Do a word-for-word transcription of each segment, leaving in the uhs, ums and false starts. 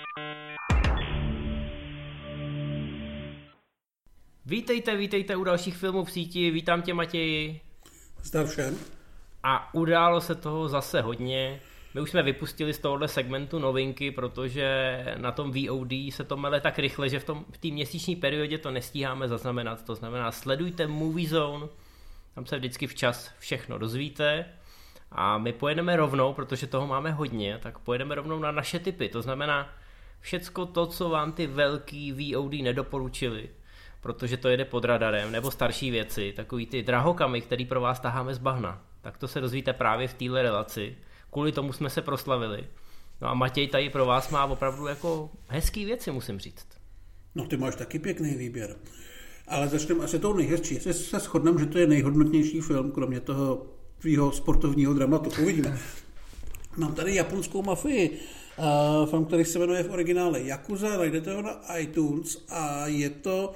Vítejte, vítejte u dalších filmů v síti, vítám tě Matěji. Zdar všem. A událo se toho zase hodně. My už jsme vypustili z tohohle segmentu novinky, protože na tom V O D se to mele tak rychle, že v tom v té měsíční periodě to nestíháme zaznamenat. To znamená, sledujte Movie Zone, tam se vždycky včas všechno dozvíte. A my pojedeme rovnou, protože toho máme hodně, tak pojedeme rovnou na naše tipy. To znamená, všecko to, co vám ty velký V O D nedoporučili, protože to jede pod radarem, nebo starší věci, takový ty drahokamy, který pro vás taháme z bahna. Tak to se dozvíte právě v téhle relaci. Kvůli tomu jsme se proslavili. No a Matěj tady pro vás má opravdu jako hezký věci, musím říct. No ty máš taky pěkný výběr. Ale začneme asi tou nejhezčí. Jestli se shodneme, že to je nejhodnotnější film, kromě toho tvýho sportovního dramatu. Uvidíme. Mám tady japonskou mafii. Uh, film, který se jmenuje v originále Yakuza, najdete ho na iTunes a je to,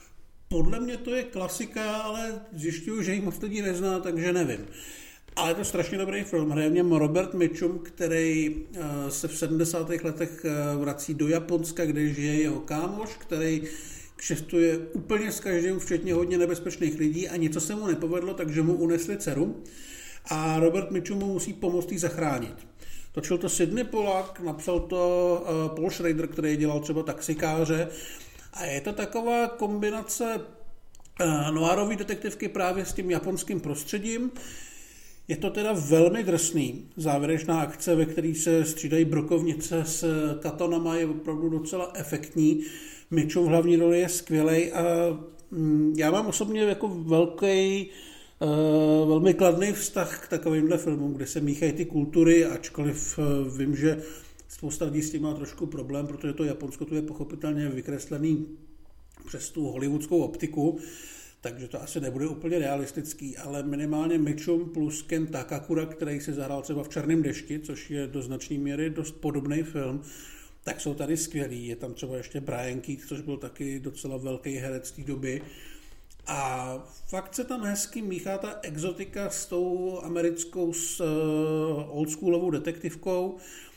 podle mě to je klasika, ale zjišťuju, že ji moc lidí nezná, takže nevím. Ale je to strašně dobrý film. Hraje v něm Robert Mitchum, který uh, se v sedmdesátých letech uh, vrací do Japonska, kde žije jeho kámoš, který kšeftuje úplně s každým, včetně hodně nebezpečných lidí a něco se mu nepovedlo, takže mu unesli dceru a Robert Mitchum mu musí pomoct jí zachránit. Točil to Sidney Pollack, napsal to uh, Paul Schrader, který dělal třeba Taxikáře a je to taková kombinace uh, noirové detektivky právě s tím japonským prostředím. Je to teda velmi drsný. Závěrečná akce, ve které se střídají brokovnice s katanama, je opravdu docela efektní. Mitchum v hlavní roli je skvělej a mm, já mám osobně jako velký, uh, velmi kladný vztah k takovýmhle filmům, kde se míchají ty kultury, ačkoliv uh, vím, že spousta lidí s tím má trošku problém, protože to Japonsko tu je pochopitelně vykreslený přes tu hollywoodskou optiku, takže to asi nebude úplně realistický, ale minimálně Mitchum plus Ken Takakura, který si zahrál třeba v Černém dešti, což je do značné míry dost podobný film, tak jsou tady skvělí. Je tam třeba ještě Brian Keith, což byl taky docela velký herec té doby. A fakt se tam hezky míchá ta exotika s tou americkou s, uh, oldschoolovou detektivkou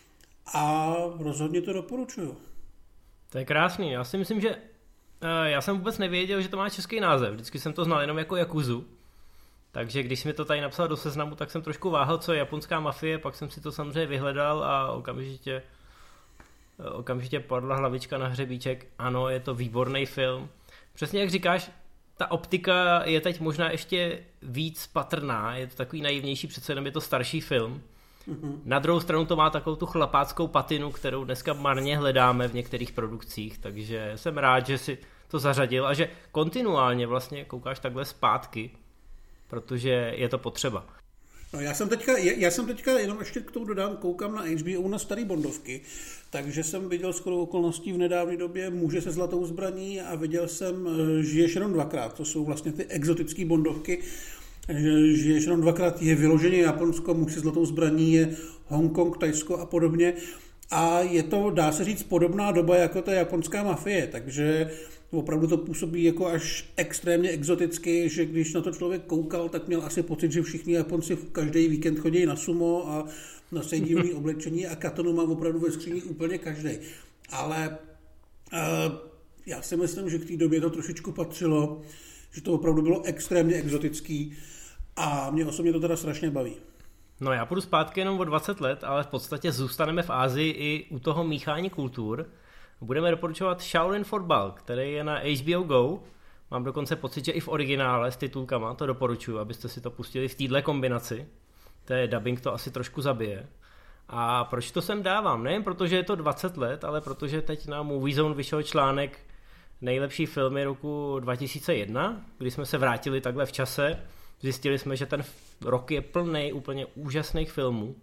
a rozhodně to doporučuju. To je krásný. Já si myslím, že uh, já jsem vůbec nevěděl, že to má český název. Vždycky jsem to znal jenom jako Yakuzu. Takže když mi to tady napsal do seznamu, tak jsem trošku váhal, co je japonská mafie, pak jsem si to samozřejmě vyhledal a okamžitě okamžitě padla hlavička na hřebíček. Ano, je to výborný film. Přesně jak říkáš, ta optika je teď možná ještě víc patrná, je to takový naivnější, přece jenom je to starší film. Mm-hmm. Na druhou stranu to má takovou tu chlapáckou patinu, kterou dneska marně hledáme v některých produkcích, takže jsem rád, že si to zařadil a že kontinuálně vlastně koukáš takhle zpátky, protože je to potřeba. No, já jsem teďka, já jsem teďka, jenom ještě k tomu dodám, koukám na H B O na starý Bondovky, takže jsem viděl shodou okolností v nedávné době Muže se zlatou zbraní a viděl jsem Žiješ jenom dvakrát, to jsou vlastně ty exotické Bondovky. Žiješ jenom dvakrát je vyloženě Japonsko, Muž se zlatou zbraní je Hongkong, Tajsko a podobně. A je to, dá se říct, podobná doba jako ta japonská mafie, takže opravdu to působí jako až extrémně exoticky, že když na to člověk koukal, tak měl asi pocit, že všichni Japonci každý víkend chodí na sumo a na divné oblečení a katanu má opravdu ve skříni úplně každý. Ale uh, já si myslím, že k té době to trošičku patřilo, že to opravdu bylo extrémně exotický a mě osobně to teda strašně baví. No já půjdu zpátky jenom o dvacet let, ale v podstatě zůstaneme v Asii i u toho míchání kultur. Budeme doporučovat Shaolin Fotbal, který je na H B O Go. Mám dokonce pocit, že i v originále s titulkama to doporučuji, abyste si to pustili v této kombinaci. To je dubbing, to asi trošku zabije. A proč to sem dávám? Nejen protože je to dvacet let, ale protože teď na Movie Zone vyšel článek nejlepší filmy roku dva tisíce jedna, kdy jsme se vrátili takhle v čase. Zjistili jsme, že ten rok je plný úplně úžasných filmů.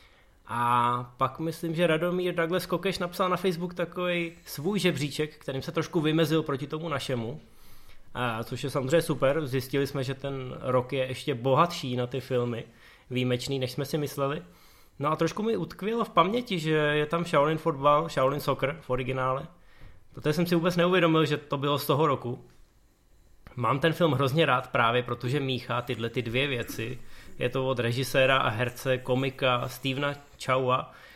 A pak myslím, že Radomír Douglas Kokeš napsal na Facebook takový svůj žebříček, kterým se trošku vymezil proti tomu našemu. A což je samozřejmě super. Zjistili jsme, že ten rok je ještě bohatší na ty filmy, výjimečný, než jsme si mysleli. No a trošku mi utkvělo v paměti, že je tam Shaolin Fotbal, Shaolin Soccer v originále. Protože jsem si vůbec neuvědomil, že to bylo z toho roku. Mám ten film hrozně rád právě, protože míchá tyhle ty dvě věci. Je to od režiséra a herce, komika Stevena Chowa,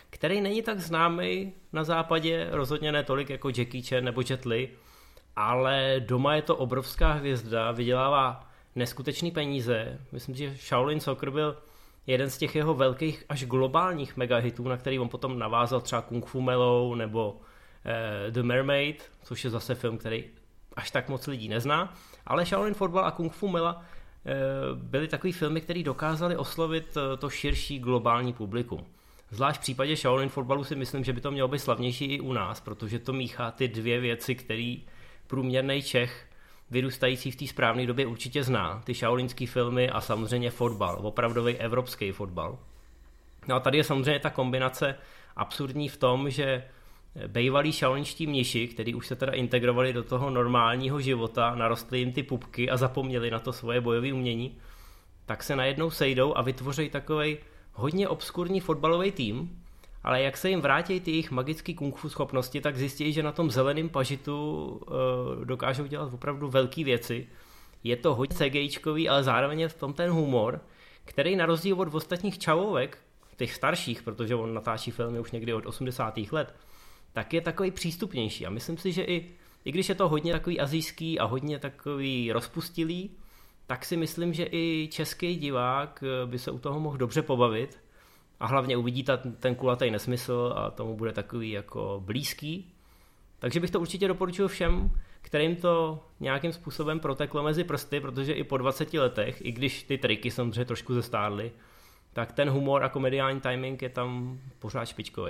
který není tak známý na západě, rozhodně ne tolik jako Jackie Chan nebo Jet Li, ale doma je to obrovská hvězda, vydělává neskutečný peníze. Myslím, že Shaolin Soccer byl jeden z těch jeho velkých až globálních megahitů, na který on potom navázal třeba Kung Fu Mellow nebo eh, The Mermaid, což je zase film, který až tak moc lidí nezná, ale Shaolin Fotbal a Kung Fu Mela eh, byly takový filmy, které dokázaly oslovit eh, to širší globální publikum. Zvlášť v případě Shaolin Fotbalu si myslím, že by to mělo být slavnější i u nás, protože to míchá ty dvě věci, které průměrný Čech vyrůstající v té správné době určitě zná. Ty shaolinský filmy a samozřejmě fotbal, opravdový evropský fotbal. No a tady je samozřejmě ta kombinace absurdní v tom, že bejvalí shaolinští mniši, kteří už se teda integrovali do toho normálního života, narostly jim ty pupky a zapomněli na to svoje bojové umění, tak se najednou sejdou a vytvoří takovej hodně obskurní fotbalový tým, ale jak se jim vrátí ty jejich magické kung fu schopnosti, tak zjistí, že na tom zeleném pažitu uh, dokážou dělat opravdu velké věci. Je to hodně CGIčkový, ale zároveň je v tom ten humor, který na rozdíl od ostatních čavovek, těch starších, protože on natáčí filmy už někdy od osmdesátých let, tak je takový přístupnější. A myslím si, že i, i když je to hodně takový asijský a hodně takový rozpustilý, tak si myslím, že i český divák by se u toho mohl dobře pobavit. A hlavně uvidí ta, ten kulatý nesmysl a tomu bude takový jako blízký. Takže bych to určitě doporučil všem, kterým to nějakým způsobem proteklo mezi prsty, protože i po dvaceti letech, i když ty triky samozřejmě trošku zestárly, tak ten humor a komediální timing je tam pořád špičkový.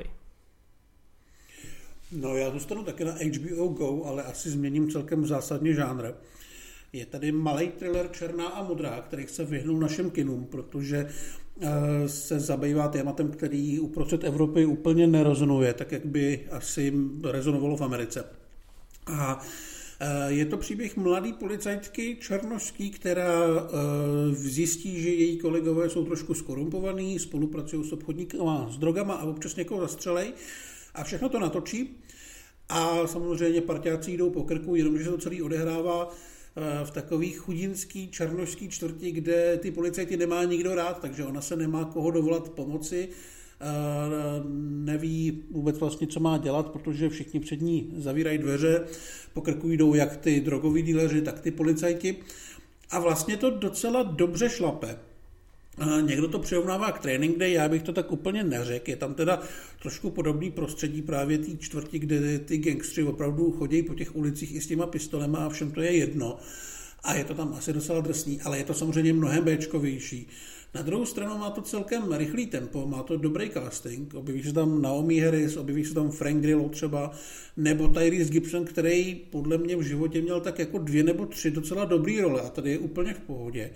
No já zůstanu taky na H B O Go, ale asi změním celkem zásadně žánr. Je tady malej thriller Černá a modrá, který se vyhnul našim kinům, protože se zabývá tématem, který uprostřed Evropy úplně nerezonuje, tak jak by asi rezonovalo v Americe. A je to příběh mladý policajtky černošský, která zjistí, že její kolegové jsou trošku skorumpovaný, spolupracují s obchodníkama s drogama a občas někoho zastřelej a všechno to natočí. A samozřejmě parťáci jdou po krku, jenomže se to celý odehrává v takový chudinský černošský čtvrti, kde ty policajti nemá nikdo rád, takže ona se nemá koho dovolat pomoci, neví vůbec vlastně, co má dělat, protože všichni před ní zavírají dveře, po krku jdou jak ty drogoví díleři, tak ty policajti a vlastně to docela dobře šlape. Někdo to přirovnává k Training Day, já bych to tak úplně neřekl. Je tam teda trošku podobný prostředí právě té čtvrti, kde ty gangstři opravdu chodí po těch ulicích i s těma pistolema a všem to je jedno. A je to tam asi docela drsný, ale je to samozřejmě mnohem béčkovější. Na druhou stranu má to celkem rychlý tempo, má to dobrý casting, objeví se tam Naomi Harris, objeví se tam Frank Grillo třeba, nebo Tyrese Gibson, který podle mě v životě měl tak jako dvě nebo tři docela dobrý role a tady je úplně v pohodě.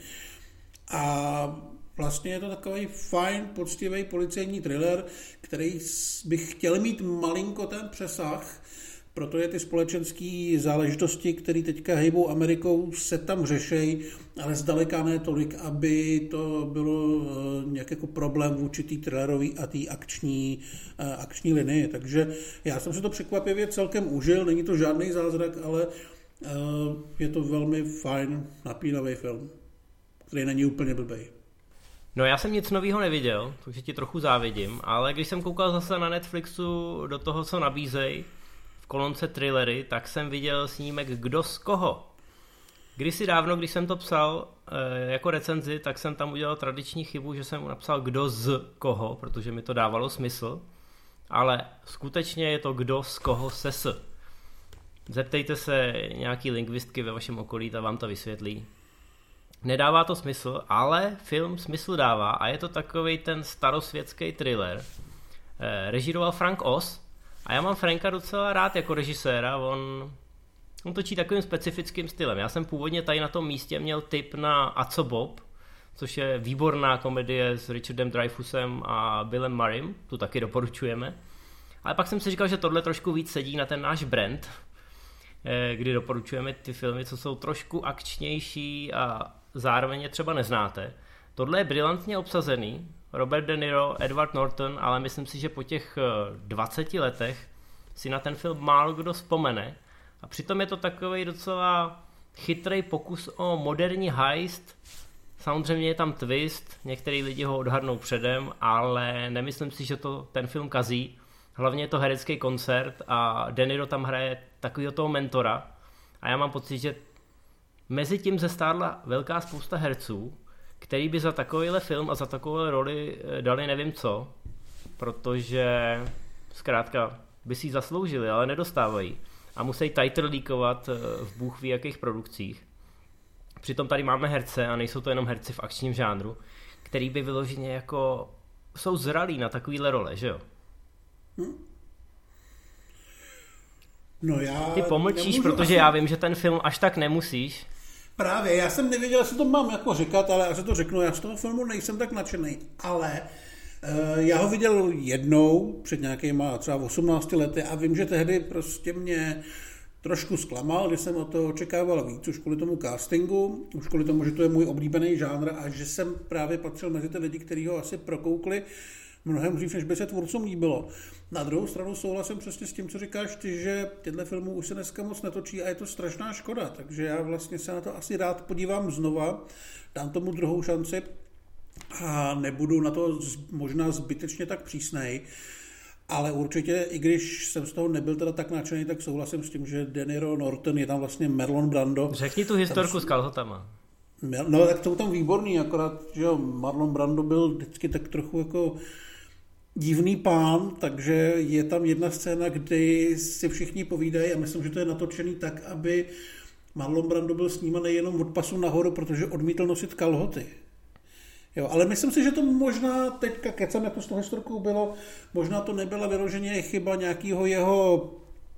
A vlastně je to takový fajn, poctivý policejní thriller, který bych chtěl mít malinko ten přesah, protože ty společenské záležitosti, které teďka hejbou Amerikou, se tam řešejí, ale zdaleka ne tolik, aby to bylo nějak jako problém vůči té thrillerové a té akční, akční linii. Takže já jsem se to překvapivě celkem užil, není to žádný zázrak, ale je to velmi fajn, napínavý film, který není úplně blbej. No já jsem nic nového neviděl, takže ti trochu závidím, ale když jsem koukal zase na Netflixu do toho, co nabízej v kolonce thrillery, tak jsem viděl snímek Kdo z koho. Kdysi dávno, když jsem to psal e, jako recenzi, tak jsem tam udělal tradiční chybu, že jsem napsal Kdo z koho, protože mi to dávalo smysl, ale skutečně je to Kdo z koho se s. Zeptejte se nějaký lingvistky ve vašem okolí, ta vám to vysvětlí. Nedává to smysl, ale film smysl dává a je to takovej ten starosvětský thriller. E, režíroval Frank Oz a já mám Franka docela rád jako režiséra, on, on točí takovým specifickým stylem. Já jsem původně tady na tom místě měl tip na A co Bob, což je výborná komedie s Richardem Dreyfusem a Billem Murraym, tu taky doporučujeme. Ale pak jsem si říkal, že tohle trošku víc sedí na ten náš brand, e, kdy doporučujeme ty filmy, co jsou trošku akčnější a zároveň je třeba neznáte. Tohle je brilantně obsazený, Robert De Niro, Edward Norton, ale myslím si, že po těch dvaceti letech si na ten film málo kdo vzpomene. A přitom je to takový docela chytrý pokus o moderní heist Samozřejmě je tam twist, některý lidi ho odhadnou předem, ale nemyslím si, že to ten film kazí. Hlavně je to herecký koncert a De Niro tam hraje takovýho toho mentora a já mám pocit, že mezi tím zestárla velká spousta herců, který by za takovýhle film a za takovou roli dali nevím co, protože zkrátka by si ji zasloužili, ale nedostávají a musí title leakovat v bůh ví jakých produkcích. Přitom tady máme herce a nejsou to jenom herci v akčním žánru, který by vyloženě jako jsou zralí na takovýhle role, že jo? Hm. No já Ty pomlčíš, protože asi... já vím, že ten film až tak nemusíš. Právě, já jsem nevěděl, jestli to mám jako říkat, ale až to řeknu, já z toho filmu nejsem tak nadšený, ale uh, já ho viděl jednou před nějakýma třeba osmnácti lety a vím, že tehdy prostě mě trošku zklamal, když jsem o to očekával víc, už kvůli tomu castingu, už kvůli tomu, že to je můj oblíbený žánr a že jsem právě patřil mezi ty lidi, kteří ho asi prokoukli mnohem dřív, než by se tvůrcům líbilo. Na druhou stranu souhlasím přesně s tím, co říkáš ty, že těchto filmů už se dneska moc netočí a je to strašná škoda, takže já vlastně se na to asi rád podívám znova, dám tomu druhou šanci a nebudu na to možná zbytečně tak přísnej, ale určitě, i když jsem z toho nebyl teda tak nadšený, tak souhlasím s tím, že De Niro, Norton, je tam vlastně Marlon Brando. Řekni tu historku tam s kalhotama. No tak jsou tam výborný, akorát, že jo, Marlon Brando byl vždycky tak trochu jako divný pán, takže je tam jedna scéna, kdy si všichni povídají a myslím, že to je natočený tak, aby Marlon Brando byl snímaný jenom od pasu nahoru, protože odmítl nosit kalhoty. Jo, ale myslím si, že to možná teďka kecem, jak to s tou historkou bylo, možná to nebyla vyloženě chyba nějakého jeho,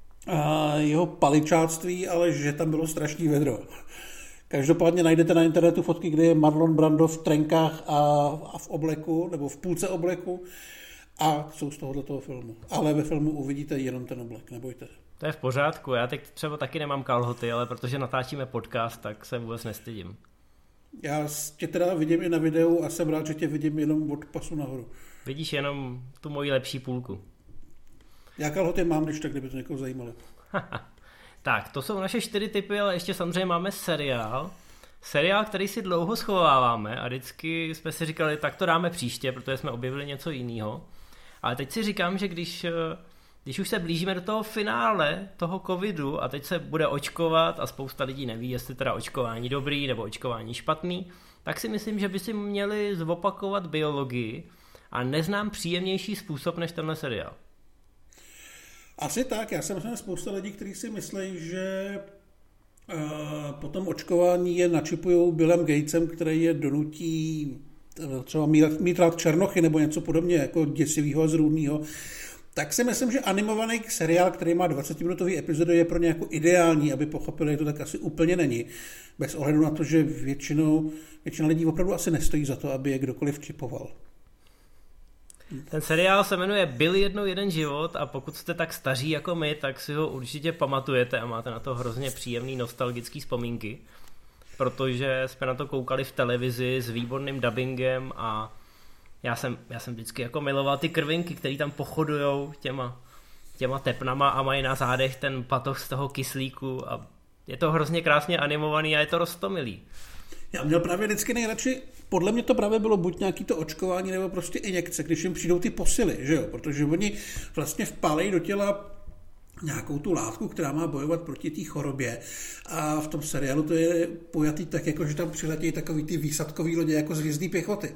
a, jeho paličáctví, ale že tam bylo strašný vedro. Každopádně najdete na internetu fotky, kde je Marlon Brando v trenkách a, a v obleku, nebo v půlce obleku a jsou z tohoto filmu. Ale ve filmu uvidíte jenom ten oblek, nebojte. To je v pořádku, já teď třeba taky nemám kalhoty, ale protože natáčíme podcast, tak se vůbec nestydím. Já tě teda vidím i na videu a jsem rád, že tě vidím jenom od pasu nahoru. Vidíš jenom tu moji lepší půlku. Já kalhoty mám, když tak, kdyby to někoho zajímalo. Tak, to jsou naše čtyři tipy, ale ještě samozřejmě máme seriál. Seriál, který si dlouho schováváme a vždycky jsme si říkali, tak to dáme příště, protože jsme objevili něco jiného. Ale teď si říkám, že když, když už se blížíme do toho finále toho covidu a teď se bude očkovat a spousta lidí neví, jestli teda očkování dobrý nebo očkování špatný, tak si myslím, že by si měli zopakovat biologii a neznám příjemnější způsob než tenhle seriál. Asi tak, já jsem myslím spousta lidí, kteří si myslí, že uh, po tom očkování je načipujou Billem Gatesem, který je donutí třeba mít, mít rád černochy nebo něco podobně jako děsivého a zrůdného. Tak si myslím, že animovaný seriál, který má dvacetiminutový epizody, je pro ně jako ideální, aby pochopili, že to tak asi úplně není. Bez ohledu na to, že většinou, většina lidí opravdu asi nestojí za to, aby je kdokoliv čipoval. Ten seriál se jmenuje Byl jednou jeden život a pokud jste tak staří jako my, tak si ho určitě pamatujete a máte na to hrozně příjemný nostalgický vzpomínky, protože jsme na to koukali v televizi s výborným dubbingem a já jsem, já jsem vždycky jako miloval ty krvinky, který tam pochodujou těma, těma tepnama a mají na zádech ten patoh z toho kyslíku a je to hrozně krásně animovaný a je to roztomilý. Já měl právě vždycky nejradši, podle mě to právě bylo buď nějaký to očkování nebo prostě injekce, když jim přijdou ty posily, že jo, protože oni vlastně vpálejí do těla nějakou tu látku, která má bojovat proti té chorobě a v tom seriálu to je pojatý tak, jako že tam přiletějí takový ty výsadkový lodě jako z hvězdné pěchoty.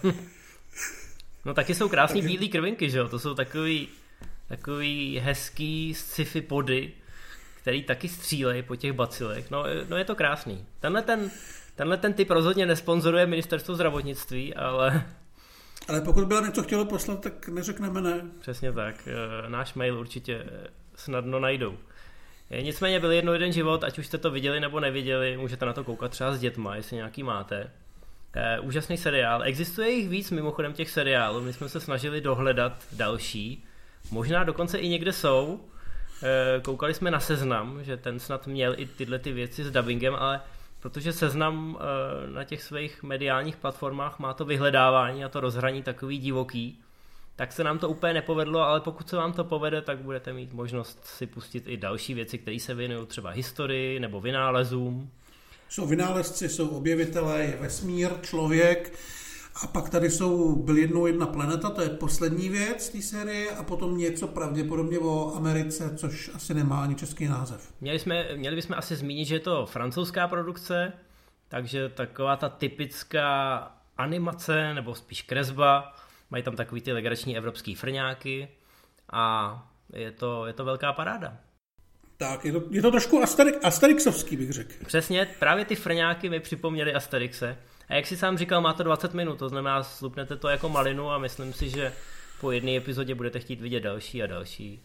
No taky jsou krásný Takže... bílý krvinky, že jo, to jsou takový, takový hezký sci-fi pody, který taky střílejí po těch bacilech, no, no je to krásný. Tenhle ten Tenhle ten typ rozhodně nesponzoruje ministerstvo zdravotnictví, ale... Ale pokud byla něco chtělo poslat, tak neřekneme ne. Přesně tak. Náš mail určitě snadno najdou. Nicméně Byl jednou jeden život, ať už jste to viděli nebo neviděli, můžete na to koukat třeba s dětma, jestli nějaký máte. Úžasný seriál. Existuje jich víc mimochodem těch seriálů, my jsme se snažili dohledat další. Možná dokonce i někde jsou. Koukali jsme na Seznam, že ten snad měl i tyhle ty věci s dubbingem, ale protože Seznam na těch svých mediálních platformách má to vyhledávání a to rozhraní takový divoký, tak se nám to úplně nepovedlo, ale pokud se vám to povede, tak budete mít možnost si pustit i další věci, které se věnují třeba historii nebo vynálezům. Jsou vynálezci, jsou objevitelé, je vesmír, člověk a pak tady jsou Byl jednou jedna planeta, to je poslední věc té série a potom něco pravděpodobně o Americe, což asi nemá ani český název. Měli, jsme, měli bychom asi zmínit, že je to francouzská produkce, takže taková ta typická animace, nebo spíš kresba, mají tam takový ty legrační evropský frňáky a je to, je to velká paráda. Tak, je to, je to trošku Asterix, Asterixovský, bych řekl. Přesně, právě ty frňáky mi připomněly Asterixe. A jak si sám říkal, má to dvacet minut, to znamená, slupnete to jako malinu a myslím si, že po jedné epizodě budete chtít vidět další a další.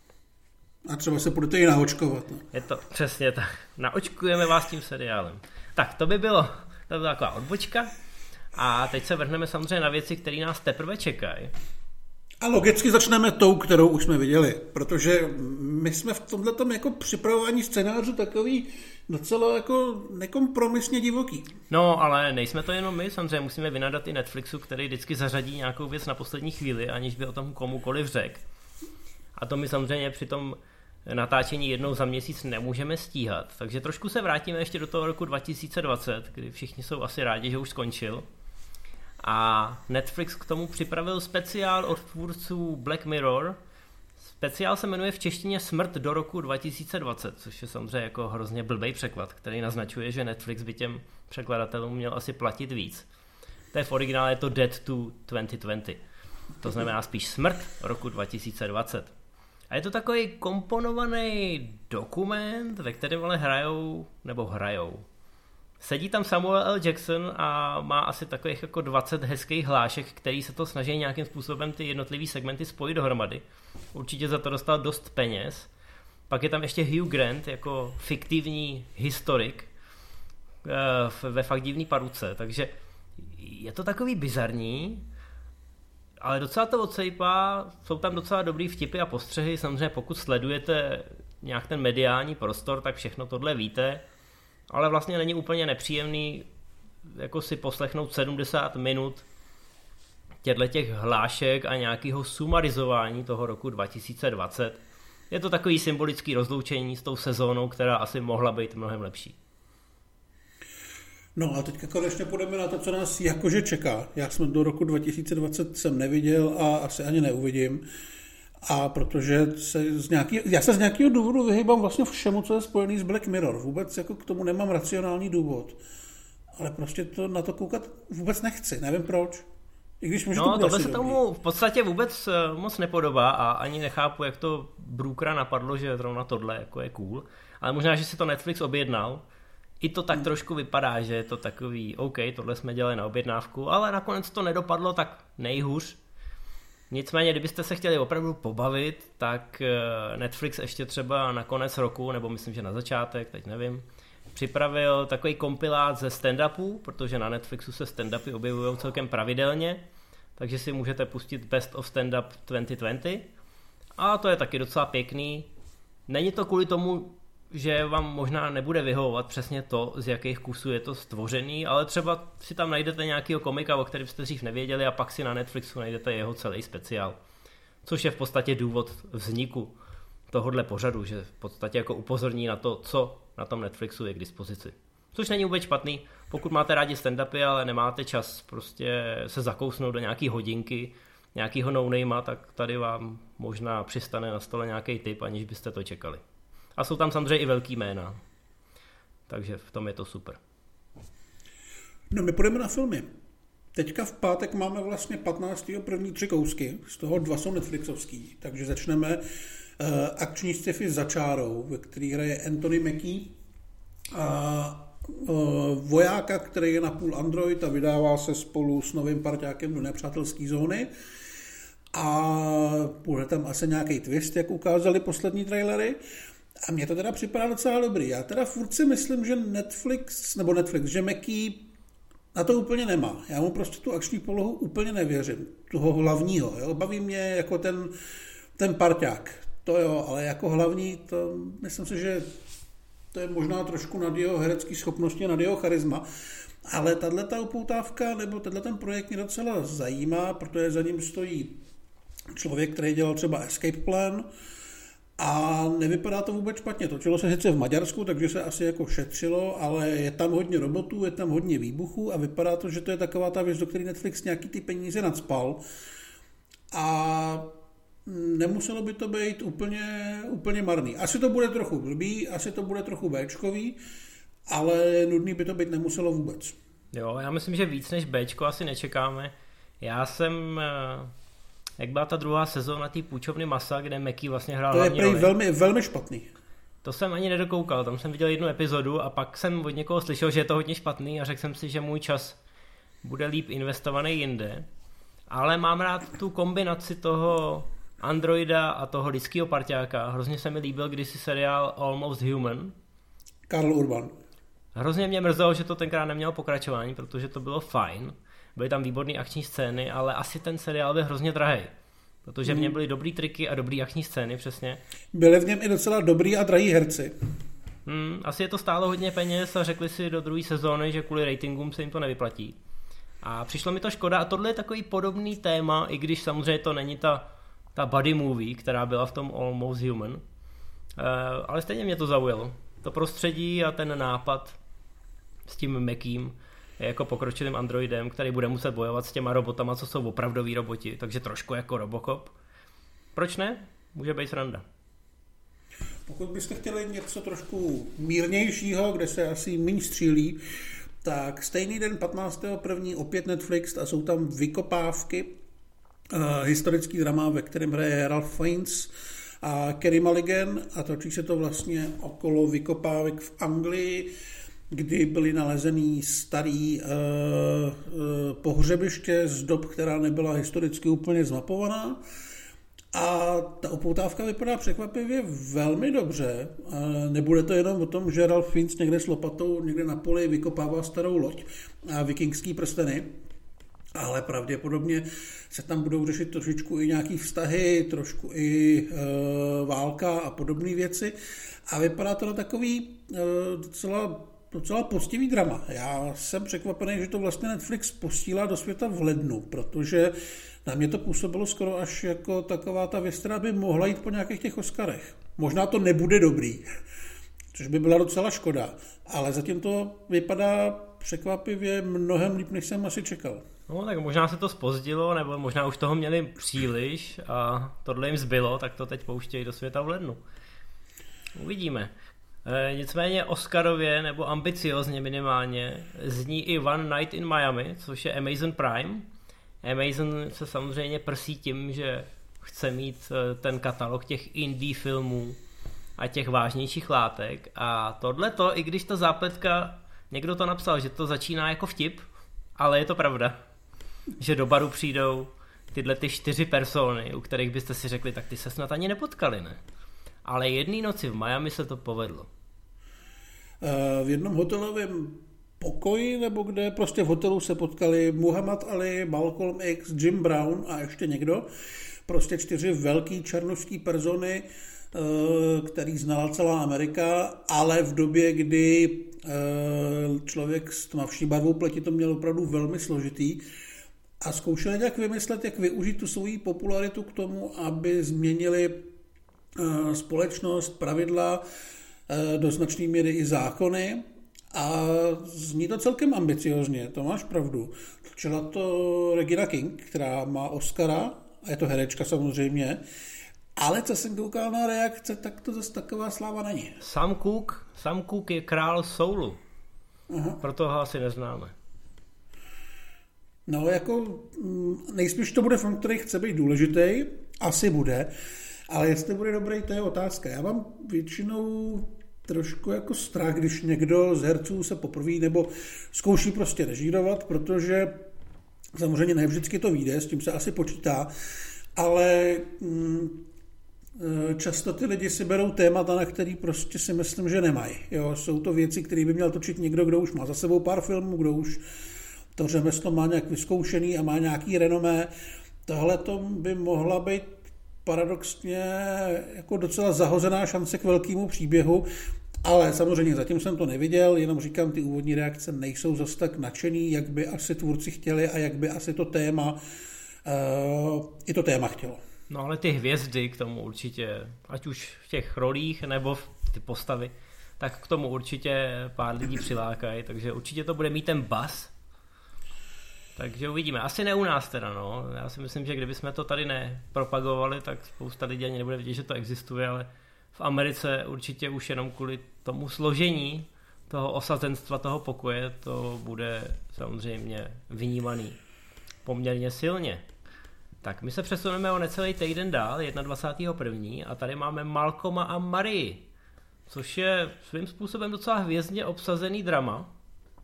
A třeba se budete i naočkovat. No. Je to přesně tak. Naočkujeme vás tím seriálem. Tak to by bylo, to byla taková odbočka. A teď se vrhneme samozřejmě na věci, které nás teprve čekají. A logicky začneme tou, kterou už jsme viděli, protože my jsme v tomhletom jako připravování scénářů takový docela jako nekompromisně divoký. No, ale nejsme to jenom my, samozřejmě musíme vynadat i Netflixu, který vždycky zařadí nějakou věc na poslední chvíli, aniž by o tom komukoliv řekl. A to my samozřejmě při tom natáčení jednou za měsíc nemůžeme stíhat. Takže trošku se vrátíme ještě do toho roku dva tisíce dvacet, kdy všichni jsou asi rádi, že už skončil. A Netflix k tomu připravil speciál od tvůrců Black Mirror. Speciál se jmenuje v češtině Smrt do roku dva tisíce dvacet, což je samozřejmě jako hrozně blbej překlad, který naznačuje, že Netflix by těm překladatelům měl asi platit víc. To je v originále je to Dead to dvacet dvacet. To znamená spíš Smrt roku dva tisíce dvacet. A je to takový komponovaný dokument, ve kterém ale hrajou, nebo hrajou. Sedí tam Samuel L. Jackson a má asi takových jako dvacet hezkých hlášek, který se to snaží nějakým způsobem ty jednotlivý segmenty spojit dohromady. Určitě za to dostal dost peněz. Pak je tam ještě Hugh Grant jako fiktivní historik ve fakt divný paruce, takže je to takový bizarní, ale docela to odsejpá, jsou tam docela dobrý vtipy a postřehy, samozřejmě pokud sledujete nějak ten mediální prostor, tak všechno tohle víte, ale vlastně není úplně nepříjemný jako si poslechnout sedmdesát minut těch hlášek a nějakého sumarizování toho roku dva tisíce dvacet. Je to takový symbolický rozloučení s tou sezónou, která asi mohla být mnohem lepší. No a teďka konečně půjdeme na to, co nás jakože čeká. Já jsem do roku dva tisíce dvacet jsem neviděl a asi ani neuvidím. A protože se z nějaký, já se z nějakého důvodu vyhýbám vlastně všemu, co je spojený s Black Mirror. Vůbec jako k tomu nemám racionální důvod. Ale prostě to na to koukat vůbec nechci. Nevím proč. I když můžu no, tohle se tomu v podstatě vůbec moc nepodobá a ani nechápu, jak to Brookera napadlo, že zrovna tohle jako je cool. Ale možná, že si to Netflix objednal. I to tak trošku vypadá, že je to takový, OK, tohle jsme dělali na objednávku, ale nakonec to nedopadlo tak nejhůř. Nicméně, kdybyste se chtěli opravdu pobavit, tak Netflix ještě třeba na konec roku, nebo myslím, že na začátek, teď nevím, připravil takový kompilát ze stand-upů, protože na Netflixu se stand-upy objevují celkem pravidelně, takže si můžete pustit Best of Stand-up dvacet dvacet a to je taky docela pěkný. Není to kvůli tomu, že vám možná nebude vyhovovat přesně to, z jakých kusů je to stvořený, ale třeba si tam najdete nějakého komika, o kterém jste dřív nevěděli a pak si na Netflixu najdete jeho celý speciál. Což je v podstatě důvod vzniku tohohle pořadu, že v podstatě jako upozorní na to, co na tom Netflixu je k dispozici. Což není vůbec špatný, pokud máte rádi stand-upy, ale nemáte čas prostě se zakousnout do nějaký hodinky, nějakýho no-namea, tak tady vám možná přistane na stole nějaký tip, aniž byste to čekali. A jsou tam samozřejmě i velký jména. Takže v tom je to super. No my půjdeme na filmy. Teďka v pátek máme vlastně patnáctého první tři kousky, z toho dva jsou Netflixovský. Takže začneme uh, akční sci-fi Za čárou, ve který hraje Anthony Mackie a uh, vojáka, který je napůl android a vydává se spolu s novým parťákem do nepřátelské zóny. A bude tam asi nějaký twist, jak ukázali poslední trailery. A mně to teda připadá docela dobrý. Já teda furt si myslím, že Netflix, nebo Netflix, že Mackie na to úplně nemá. Já mu prostě tu akční polohu úplně nevěřím. Toho hlavního. Jo? Baví mě jako ten, ten parťák. To jo, ale jako hlavní, to myslím si, že to je možná trošku nad jeho herecký schopnosti, nad jeho charisma. Ale tato upoutávka, nebo tenhle ten projekt mě docela zajímá, protože za ním stojí člověk, který dělal třeba Escape Plan, A nevypadá to vůbec špatně. Točilo se sice v Maďarsku, takže se asi jako šetřilo, ale je tam hodně robotů, je tam hodně výbuchů a vypadá to, že to je taková ta věc, do které Netflix nějaký ty peníze nadspal. A nemuselo by to být úplně, úplně marný. Asi to bude trochu blbý, asi to bude trochu béčkový, ale nudný by to být nemuselo vůbec. Jo, já myslím, že víc než béčko asi nečekáme. Já jsem... Jak byla ta druhá sezóna té Půjčovny masa, kde Mackie vlastně hrál hlavní roli. To je velmi, velmi špatný. To jsem ani nedokoukal, tam jsem viděl jednu epizodu a pak jsem od někoho slyšel, že je to hodně špatný a řekl jsem si, že můj čas bude líp investovaný jinde. Ale mám rád tu kombinaci toho androida a toho lidského parťáka. Hrozně se mi líbil kdysi seriál Almost Human. Karl Urban. Hrozně mě mrzelo, že to tenkrát nemělo pokračování, protože to bylo fajn. Byly tam výborné akční scény, ale asi ten seriál byl hrozně drahý. Protože v něm byly dobrý triky a dobrý akční scény, přesně. Byly v něm i docela dobrý a drahý herci. Hmm, asi je to stálo hodně peněz a řekli si do druhé sezóny, že kvůli ratingům se jim to nevyplatí. A přišlo mi to škoda a tohle je takový podobný téma, i když samozřejmě to není ta, ta buddy movie, která byla v tom Almost Human. Uh, ale stejně mě to zaujalo. To prostředí a ten nápad s tím Mackiem jako pokročilým androidem, který bude muset bojovat s těma robotama, co jsou opravdoví roboti, takže trošku jako Robocop. Proč ne? Může být sranda. Pokud byste chtěli něco trošku mírnějšího, kde se asi méně střílí, tak stejný den patnáctého prvního opět Netflix a jsou tam vykopávky, uh, historický drama, ve kterém hraje Ralph Fiennes a Carey Mulligan a točí se to vlastně okolo vykopávek v Anglii, kdy byly nalezený starý uh, uh, pohřebiště z dob, která nebyla historicky úplně zmapovaná. A ta upoutávka vypadá překvapivě velmi dobře. Uh, nebude to jenom o tom, že Ralph Fiennes někde s lopatou někde na poli vykopává starou loď a vikingský prsteny, ale pravděpodobně se tam budou řešit trošičku i nějaký vztahy, trošku i uh, válka a podobné věci. A vypadá to na takový uh, docela docela poctivý drama. Já jsem překvapený, že to vlastně Netflix posílá do světa v lednu, protože na mě to působilo skoro až jako taková ta věc, která by mohla jít po nějakých těch Oscarech. Možná to nebude dobrý, což by byla docela škoda, ale zatím to vypadá překvapivě mnohem líp, než jsem asi čekal. No tak možná se to zpozdilo, nebo možná už toho měli příliš a tohle jim zbylo, tak to teď pouštějí do světa v lednu. Uvidíme. E, nicméně Oscarově, nebo ambiciozně minimálně, zní i One Night in Miami, což je Amazon Prime. Amazon se samozřejmě prsí tím, že chce mít ten katalog těch indie filmů a těch vážnějších látek. A tohleto, i když ta zápletka, někdo to napsal, že to začíná jako vtip, ale je to pravda, že do baru přijdou tyhle ty čtyři persony, u kterých byste si řekli, tak ty se snad ani nepotkali, ne? Ale jedné noci v Miami se to povedlo. V jednom hotelovém pokoji, nebo kde prostě v hotelu se potkali Muhammad Ali, Malcolm X, Jim Brown a ještě někdo. Prostě čtyři velký černošský persony, který znala celá Amerika, ale v době, kdy člověk s tmavší barvou pleti to měl opravdu velmi složitý a zkoušeli nějak vymyslet, jak využít tu svoji popularitu k tomu, aby změnili společnost, pravidla, do značné míry i zákony a zní to celkem ambiciozně, to máš pravdu. Točila to Regina King, která má Oscara, a je to herečka samozřejmě, ale co jsem koukal na reakce, tak to zase taková sláva není. Sam Cooke, Sam Cooke je král soulu, Aha. proto ho asi neznáme. No jako nejspíš to bude film, který chce být důležitý, asi bude, ale jestli bude dobrý, to je otázka. Já mám většinou trošku jako strach, když někdo z herců se poprvé nebo zkouší prostě režírovat, protože samozřejmě ne vždycky to vyjde, s tím se asi počítá, ale mm, často ty lidi si berou témata, na který prostě si myslím, že nemají. Jo, jsou to věci, které by měl točit někdo, kdo už má za sebou pár filmů, kdo už to řemeslo má nějak vyzkoušený a má nějaký renomé. Tohle to by mohla být paradoxně jako docela zahozená šance k velkému příběhu, ale samozřejmě zatím jsem to neviděl, jenom říkám, ty úvodní reakce nejsou zas tak nadšený, jak by asi tvůrci chtěli a jak by asi to téma uh, i to téma chtělo. No ale ty hvězdy k tomu určitě, ať už v těch rolích nebo v ty postavy, tak k tomu určitě pár lidí přilákají, takže určitě to bude mít ten buzz. Takže uvidíme. Asi ne u nás teda, no. Já si myslím, že kdybychom to tady nepropagovali, tak spousta lidí ani nebude vidět, že to existuje, ale v Americe určitě už jenom kvůli tomu složení toho osazenstva, toho pokoje, to bude samozřejmě vnímaný poměrně silně. Tak my se přesuneme o necelý týden dál, dvacátého prvního a tady máme Malcolma a Marii, což je svým způsobem docela hvězdně obsazený drama.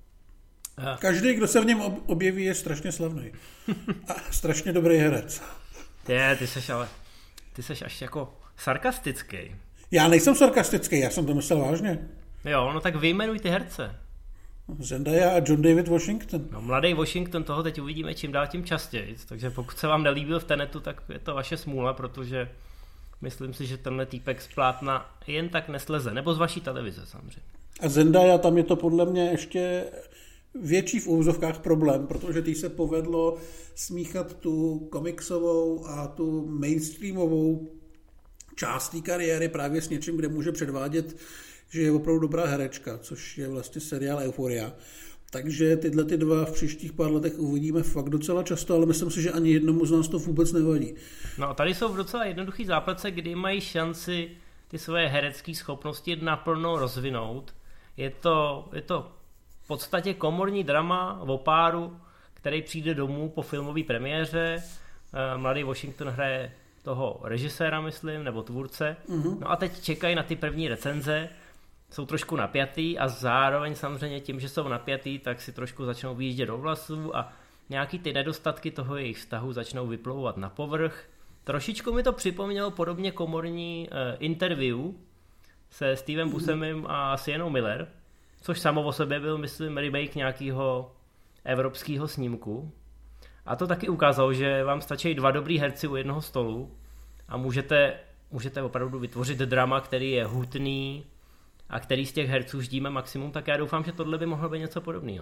Každý, kdo se v něm objeví, je strašně slavný. A strašně dobrý herec. Ty, ty seš ale, ty seš až jako sarkastický. Já nejsem sarkastický, já jsem to myslel vážně. Jo, no tak vyjmenuj ty herce. Zendaya a John David Washington. No, mladý Washington, toho teď uvidíme čím dál tím častěji, takže pokud se vám nelíbil v Tenetu, tak je to vaše smůla, protože myslím si, že tenhle týpek z plátna jen tak nesleze, nebo z vaší televize samozřejmě. A Zendaya, tam je to podle mě ještě větší v úvozovkách problém, protože teď se povedlo smíchat tu komiksovou a tu mainstreamovou část té kariéry právě s něčím, kde může předvádět, že je opravdu dobrá herečka, což je vlastně seriál Euphoria. Takže tyhle ty dva v příštích pár letech uvidíme fakt docela často, ale myslím si, že ani jednomu z nás to vůbec nevadí. No a tady jsou v docela jednoduchý zápletce, kdy mají šanci ty své herecké schopnosti naplno rozvinout. Je to, je to v podstatě komorní drama o páru, který přijde domů po filmové premiéře. Mladý Washington hraje toho režiséra, myslím, nebo tvůrce. Mm-hmm. No a teď čekají na ty první recenze, jsou trošku napjatý a zároveň samozřejmě tím, že jsou napjatý, tak si trošku začnou vyjíždět do vlasů a nějaký ty nedostatky toho jejich vztahu začnou vyplouvat na povrch. Trošičku mi to připomnělo podobně komorní uh, interview se Stevem Buscemem a Siennou Miller, což samo o sobě byl, myslím, remake nějakého evropského snímku. A to taky ukázalo, že vám stačí dva dobrý herci u jednoho stolu a můžete, můžete opravdu vytvořit drama, který je hutný a který z těch herců ždíme maximum, tak já doufám, že tohle by mohlo být něco podobného.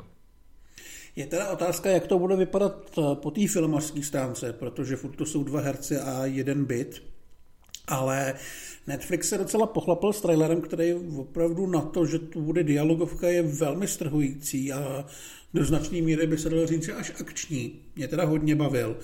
Je teda otázka, jak to bude vypadat po té filmařské stránce, protože furt to jsou dva herci a jeden byt, ale Netflix se docela pochlapil s trailerem, který opravdu na to, že to bude dialogovka, je velmi strhující a do značné míry by se dalo říct, že až akční. Mě teda hodně bavil.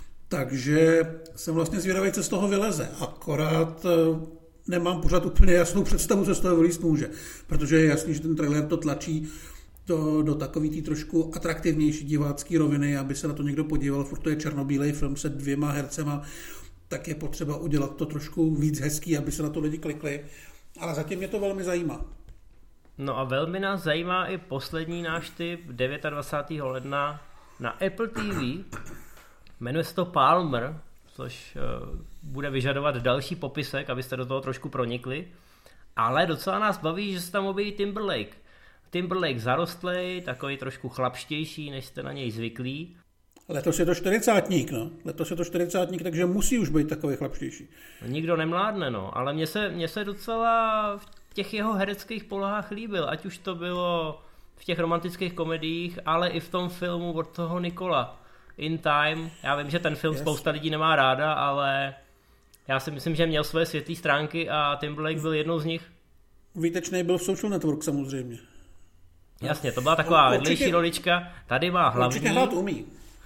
Takže jsem vlastně zvědavý, co z toho vyleze. Akorát nemám pořád úplně jasnou představu, co z toho vylízt může. Protože je jasný, že ten trailer to tlačí do, do takový tý trošku atraktivnější divácký roviny, aby se na to někdo podíval. Furt to je černobílej film se dvěma hercema, tak je potřeba udělat to trošku víc hezký, aby se na to lidi klikli. Ale zatím mě to velmi zajímá. No a velmi nás zajímá i poslední náš tip dvacátého devátého ledna na Apple T V. Jmenuje se to Palmer, což uh, bude vyžadovat další popisek, abyste do toho trošku pronikli. Ale docela nás baví, že se tam objeví Timberlake. Timberlake zarostlej, takový trošku chlapštější, než jste na něj zvyklí. Letos je to čtyřicátník, no. Letos je to čtyřicátník, takže musí už být takový chlapštější. No, nikdo nemládne, no. Ale mně se, mně se docela v těch jeho hereckých polohách líbil. Ať už to bylo v těch romantických komediích, ale i v tom filmu od toho Nikola. In Time. Já vím, že ten film yes. spousta lidí nemá ráda, ale já si myslím, že měl své světlé stránky a Timberlake byl jednou z nich. Výtečný byl v Social Network samozřejmě. Jasně, to byla taková vedlejší rolička. Tady má hlavní. Určitě hrát umí.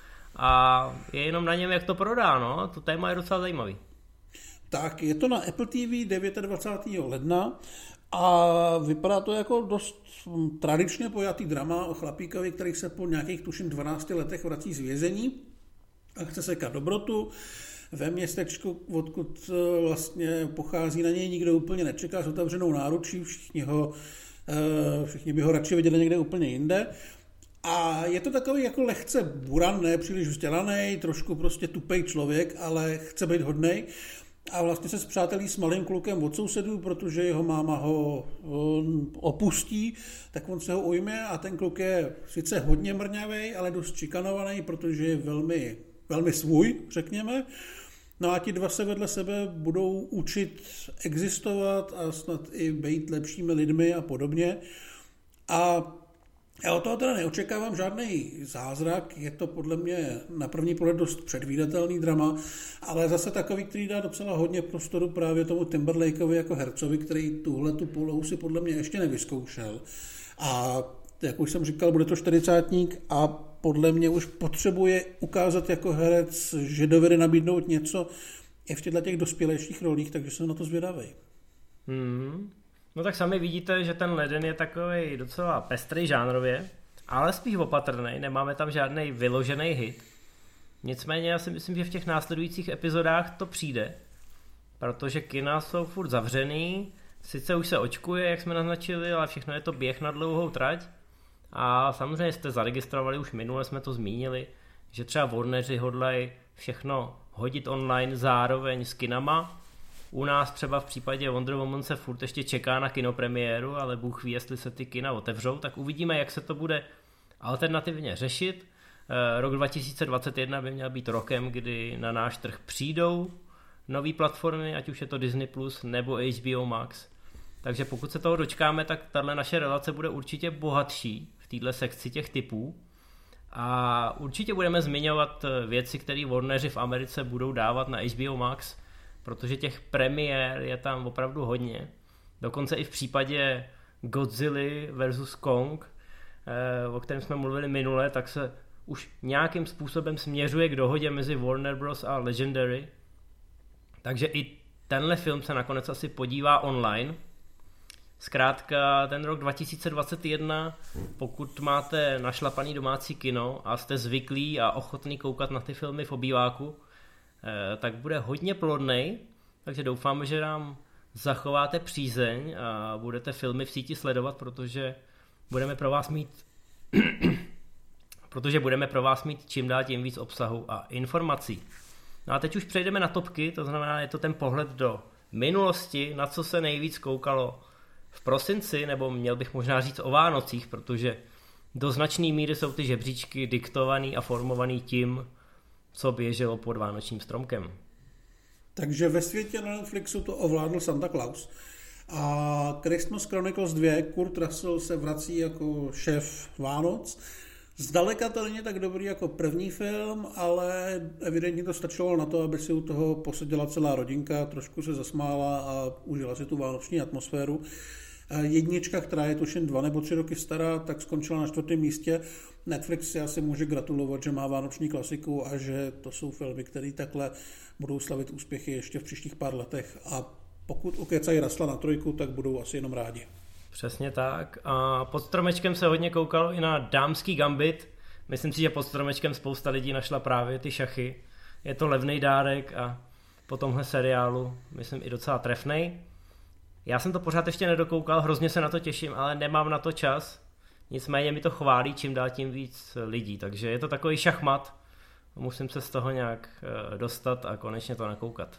A je jenom na něm, jak to prodá, no. To téma je docela zajímavý. Tak, je to na Apple T V dvacátého devátého ledna a vypadá to jako dost tradičně pojatý drama o chlapíkovi, který se po nějakých tuším dvanácti letech vrací z vězení a chce sekat dobrotu ve městečku, odkud vlastně pochází, na něj nikdo úplně nečeká s otevřenou náručí, všichni, ho, všichni by ho radši viděli někde úplně jinde. A je to takový jako lehce buran, ne příliš vzdělaný, trošku prostě tupej člověk, ale chce být hodnej. A vlastně se spřátelí s malým klukem od sousedů, protože jeho máma ho opustí, tak on se ho ujme a ten kluk je sice hodně mrňavej, ale dost šikanovaný, protože je velmi, velmi svůj, řekněme. No a ti dva se vedle sebe budou učit existovat a snad i být lepšími lidmi a podobně. A Já od toho teda neočekávám žádný zázrak, je to podle mě na první pohled dost předvídatelný drama, ale zase takový, který dá docela hodně prostoru právě tomu Timberlakeovi jako hercovi, který tuhle tu polohu si podle mě ještě nevyzkoušel. A jak už jsem říkal, bude to čtyřicátník a podle mě už potřebuje ukázat jako herec, že dovede nabídnout něco i v těchto těch dospělejších rolích, takže jsem na to zvědavý. Hmm. No tak sami vidíte, že ten leden je takový docela pestrý žánrově, ale spíš opatrný, nemáme tam žádný vyložený hit. Nicméně já si myslím, že v těch následujících epizodách to přijde, protože kina jsou furt zavřený, sice už se očkuje, jak jsme naznačili, ale všechno je to běh na dlouhou trať. A samozřejmě jste zaregistrovali, už minule jsme to zmínili, že třeba Warneri hodlají všechno hodit online zároveň s kinama. U nás třeba v případě Wonder Woman se furt ještě čeká na kinopremiéru, ale Bůh ví, jestli se ty kina otevřou, tak uvidíme, jak se to bude alternativně řešit. Rok dva tisíce dvacet jedna by měl být rokem, kdy na náš trh přijdou nové platformy, ať už je to Disney plus nebo H B O Max. Takže pokud se toho dočkáme, tak tahle naše relace bude určitě bohatší v této sekci těch typů. A určitě budeme zmiňovat věci, které Warneri v Americe budou dávat na H B O Max, protože těch premiér je tam opravdu hodně. Dokonce i v případě Godzilla versus Kong, o kterém jsme mluvili minule, tak se už nějakým způsobem směřuje k dohodě mezi Warner Bros. A Legendary. Takže i tenhle film se nakonec asi podívá online. Zkrátka ten rok dva tisíce dvacet jedna, pokud máte našlapaný domácí kino a jste zvyklí a ochotný koukat na ty filmy v obýváku, tak bude hodně plodnej, takže doufáme, že nám zachováte přízeň a budete filmy v síti sledovat, protože budeme pro vás mít protože budeme pro vás mít čím dál tím víc obsahu a informací. No a teď už přejdeme na topky, to znamená, je to ten pohled do minulosti, na co se nejvíc koukalo v prosinci, nebo měl bych možná říct o Vánocích, protože do značné míry jsou ty žebříčky diktovaný a formovaný tím, co běželo pod vánočním stromkem. Takže ve světě na Netflixu to ovládl Santa Claus. A Christmas Chronicles dva, Kurt Russell se vrací jako šéf Vánoc. Zdaleka to není tak dobrý jako první film, ale evidentně to stačilo na to, aby si u toho poseděla celá rodinka, trošku se zasmála a užila si tu vánoční atmosféru. Jednička, která je tuším dva nebo tři roky stará, tak skončila na čtvrtém místě. Netflix si asi může gratulovat, že má vánoční klasiku a že to jsou filmy, které takhle budou slavit úspěchy ještě v příštích pár letech. A pokud ukecají Russella na trojku, tak budou asi jenom rádi. Přesně tak. A pod stromečkem se hodně koukalo i na dámský gambit. Myslím si, že pod stromečkem spousta lidí našla právě ty šachy. Je to levný dárek a po tomhle seriálu myslím i docela trefnej. Já jsem to pořád ještě nedokoukal, hrozně se na to těším, ale nemám na to čas. Nicméně mi to chválí čím dál tím víc lidí, takže je to takový šachmat. Musím se z toho nějak dostat a konečně to nakoukat.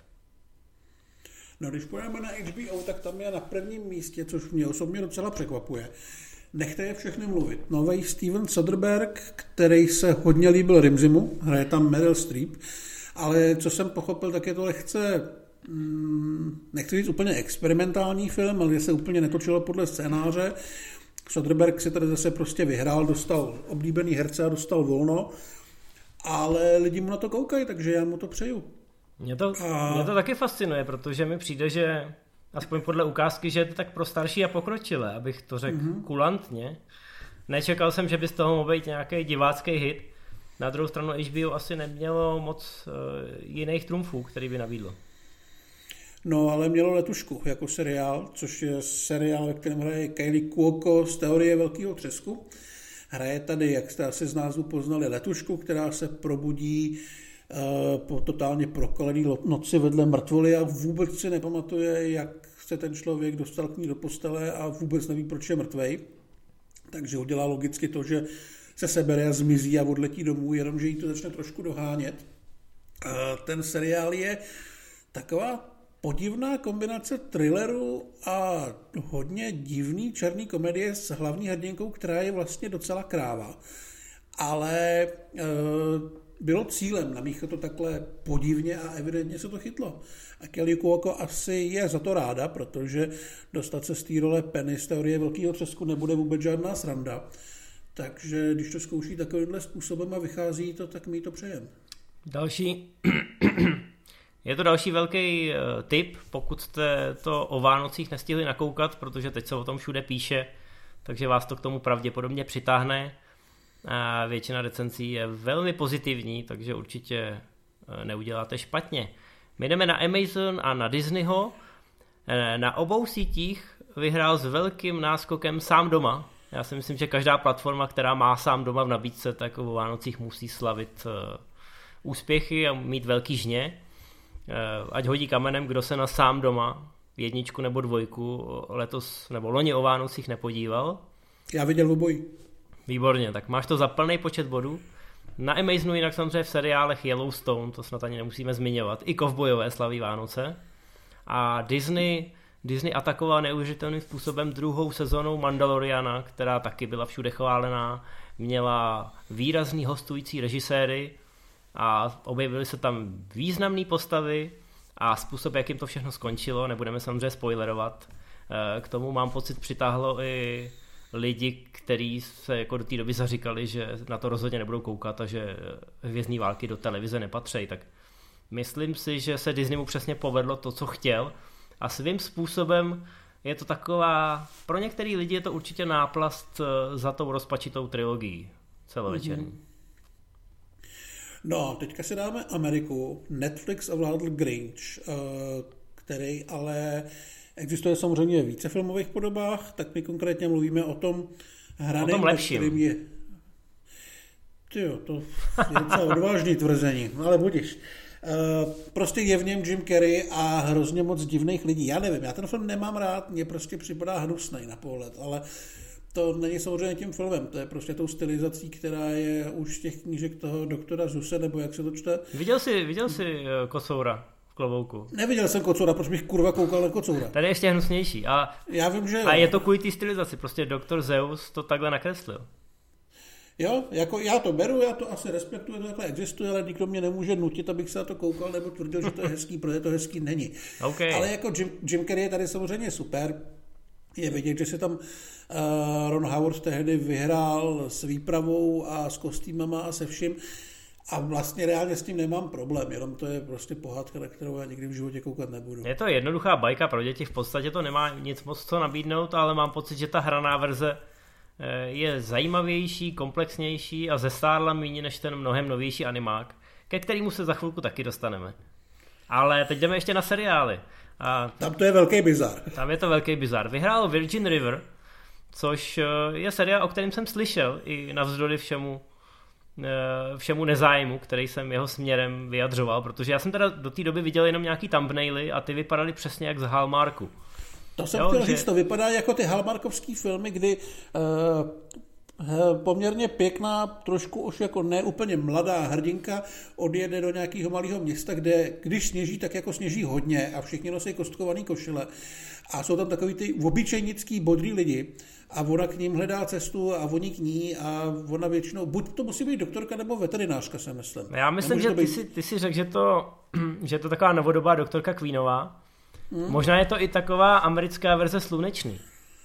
No, když půjdeme na H B O, tak tam je na prvním místě, což mě osobně docela překvapuje. Nechte je všechny mluvit. Nový Steven Soderbergh, který se hodně líbil Rimzimu, hraje tam Meryl Streep, ale co jsem pochopil, tak je to lehce, hmm, nechci říct úplně experimentální film, ale se úplně netočilo podle scénáře. Soderbergh si tady zase prostě vyhrál, dostal oblíbený herce a dostal volno, ale lidi mu na to koukají, takže já mu to přeju. Mě to, a... mě to taky fascinuje, protože mi přijde, že aspoň podle ukázky, že je to tak pro starší a pokročilé, abych to řekl mm-hmm. kulantně. Nečekal jsem, že by z toho mohl být nějaký divácký hit. Na druhou stranu H B O asi nemělo moc uh, jiných trumfů, který by nabídlo. No, ale mělo Letušku jako seriál, což je seriál, ve kterém hraje Kaley Cuoco z Teorie velkého třesku. Hraje tady, jak jste asi z názvu poznali, Letušku, která se probudí po totálně prokalený noci vedle mrtvoly a vůbec si nepamatuje, jak se ten člověk dostal k ní do postele a vůbec neví, proč je mrtvej. Takže udělá logicky to, že se sebere a zmizí a odletí domů, jenomže jí to začne trošku dohánět. Ten seriál je taková podivná kombinace thrilleru a hodně divný černý komedie s hlavní hrdinkou, která je vlastně docela kráva. Ale bylo cílem namíchat to takhle podivně a evidentně se to chytlo. A Kaley Cuoco asi je za to ráda, protože dostat se z té role Penny z Teorie velkého třesku nebude vůbec žádná sranda. Takže když to zkouší takovýmhle způsobem a vychází to, tak my to přejeme. Další... Je to další velký tip, pokud jste to o Vánocích nestihli nakoukat, protože teď se o tom všude píše, takže vás to k tomu pravděpodobně přitáhne. A většina recenzí je velmi pozitivní, takže určitě neuděláte špatně. My jdeme na Amazon a na Disneyho. Na obou sítích vyhrál s velkým náskokem Sám doma. Já si myslím, že každá platforma, která má Sám doma v nabídce, tak o Vánocích musí slavit úspěchy a mít velký žně. Ať hodí kamenem, kdo se na Sám doma jedničku nebo dvojku letos nebo loni o Vánocích nepodíval. Já viděl obojí. Výborně, tak máš to za plný počet bodů. Na Amazonu jinak samozřejmě v seriálech Yellowstone, to snad ani nemusíme zmiňovat, i kovbojové slaví Vánoce. A Disney, Disney atakoval neuvěřitelným způsobem druhou sezónou Mandaloriana, která taky byla všude chválená, měla výrazný hostující režiséry a objevily se tam významné postavy a způsob, jakým to všechno skončilo, nebudeme samozřejmě spoilerovat. K tomu mám pocit přitáhlo i lidi, kteří se jako do té doby zaříkali, že na to rozhodně nebudou koukat a že Hvězdný války do televize nepatří. Tak myslím si, že se Disneymu přesně povedlo to, co chtěl a svým způsobem je to taková, pro některý lidi je to určitě náplast za tou rozpačitou trilogií celovečerní. Mm-hmm. No, teďka si dáme Ameriku. Netflix ovládl Grinch, který ale existuje samozřejmě v více filmových podobách, tak my konkrétně mluvíme o tom hraném, o tom lepším. Je... Tyjo, to je docela odvážný tvrzení, ale budiš. Prostě je v něm Jim Carrey a hrozně moc divných lidí. Já nevím, já ten film nemám rád, mně prostě připadá hnusnej na pohled, ale to není samozřejmě tím filmem, to je prostě tou stylizací, která je už z těch knížek toho doktora Zuse, nebo jak se to čte. Viděl jsi, viděl jsi Kocoura v Klobouku? Neviděl jsem Kocoura, proč bych kurva koukal na Kocoura? Tady je ještě hnusnější. A, Já vím, že a je to kvůli té stylizaci, prostě doktor Zeus to takhle nakreslil. Jo, jako já to beru, já to asi respektuji, to takhle existuje, ale nikdo mě nemůže nutit, abych se na to koukal, nebo tvrdil, že to je hezký, protože to hezký není. Okay. Ale jako Jim, Jim Carrey je tady samozřejmě super. Je vidět, že se tam uh, Ron Howard tehdy vyhrál s výpravou a s kostýmama a se vším. A vlastně reálně s tím nemám problém, jenom to je prostě pohádka, na kterou já nikdy v životě koukat nebudu. Je to jednoduchá bajka pro děti, v podstatě to nemá nic moc co nabídnout, ale mám pocit, že ta hraná verze je zajímavější, komplexnější a zestárla méně než ten mnohem novější animák, ke kterému se za chvilku taky dostaneme. Ale teď jdeme ještě na seriály. A tam to je velký bizar. Tam je to velký bizar. Vyhrál Virgin River, což je seriál, o kterém jsem slyšel i navzdory všemu, všemu nezájmu, který jsem jeho směrem vyjadřoval, protože já jsem teda do té doby viděl jenom nějaký thumbnaily a ty vypadaly přesně jak z Hallmarku. To jsem jo, chtěl že... říct, to vypadá jako ty hallmarkovský filmy, kdy uh, poměrně pěkná, trošku už jako neúplně mladá hrdinka odjede do nějakého malého města, kde když sněží, tak jako sněží hodně a všichni nosí kostkovaný košile a jsou tam takový ty obyčejnický bodrý lidi a ona k ním hledá cestu a oni k ní a ona většinou, buď to musí být doktorka nebo veterinářka, se myslím. Já myslím, že ty, být... si, ty si řekl, že to, že to taková novodobá doktorka Queenová. Hmm. Možná je to i taková americká verze Slunečný.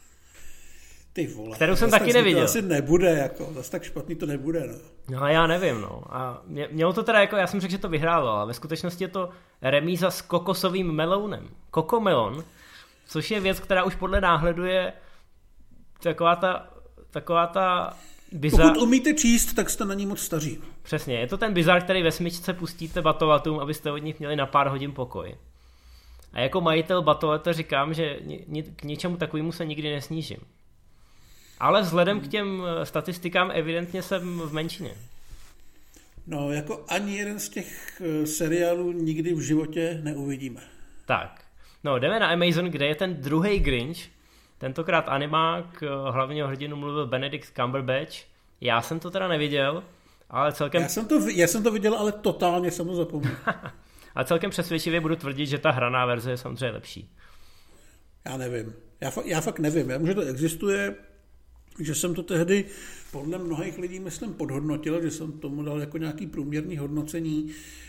Ty vole, kterou jsem taky neviděl. To asi nebude, jako, zase tak špatný to nebude, no. No já nevím, no. A mě, mělo to teda jako, já jsem řekl, že to vyhrálo, ale ve skutečnosti je to remíza s kokosovým melounem. Kokomelon, což je věc, která už podle náhledu je taková ta, taková ta bizar... Pokud umíte číst, tak jste na ní moc staří. Přesně, je to ten bizar, který ve smyčce pustíte batolatům, abyste od nich měli na pár hodin pokoj. A jako majitel batoleta říkám, že k ničemu takovému se nikdy nesnížím. Ale vzhledem k těm statistikám evidentně jsem v menšině. No, jako ani jeden z těch seriálů nikdy v životě neuvidíme. Tak, no jdeme na Amazon, kde je ten druhý Grinch. Tentokrát animák, hlavního hrdinu mluvil Benedict Cumberbatch. Já jsem to teda neviděl, ale celkem... Já jsem to, já jsem to viděl, ale totálně jsem to zapomněl. A celkem přesvědčivě budu tvrdit, že ta hraná verze je samozřejmě lepší. Já nevím. Já, fa- já fakt nevím. Já vím, že to existuje, že jsem to tehdy podle mnohých lidí, myslím, podhodnotil, že jsem tomu dal jako nějaký průměrný hodnocení,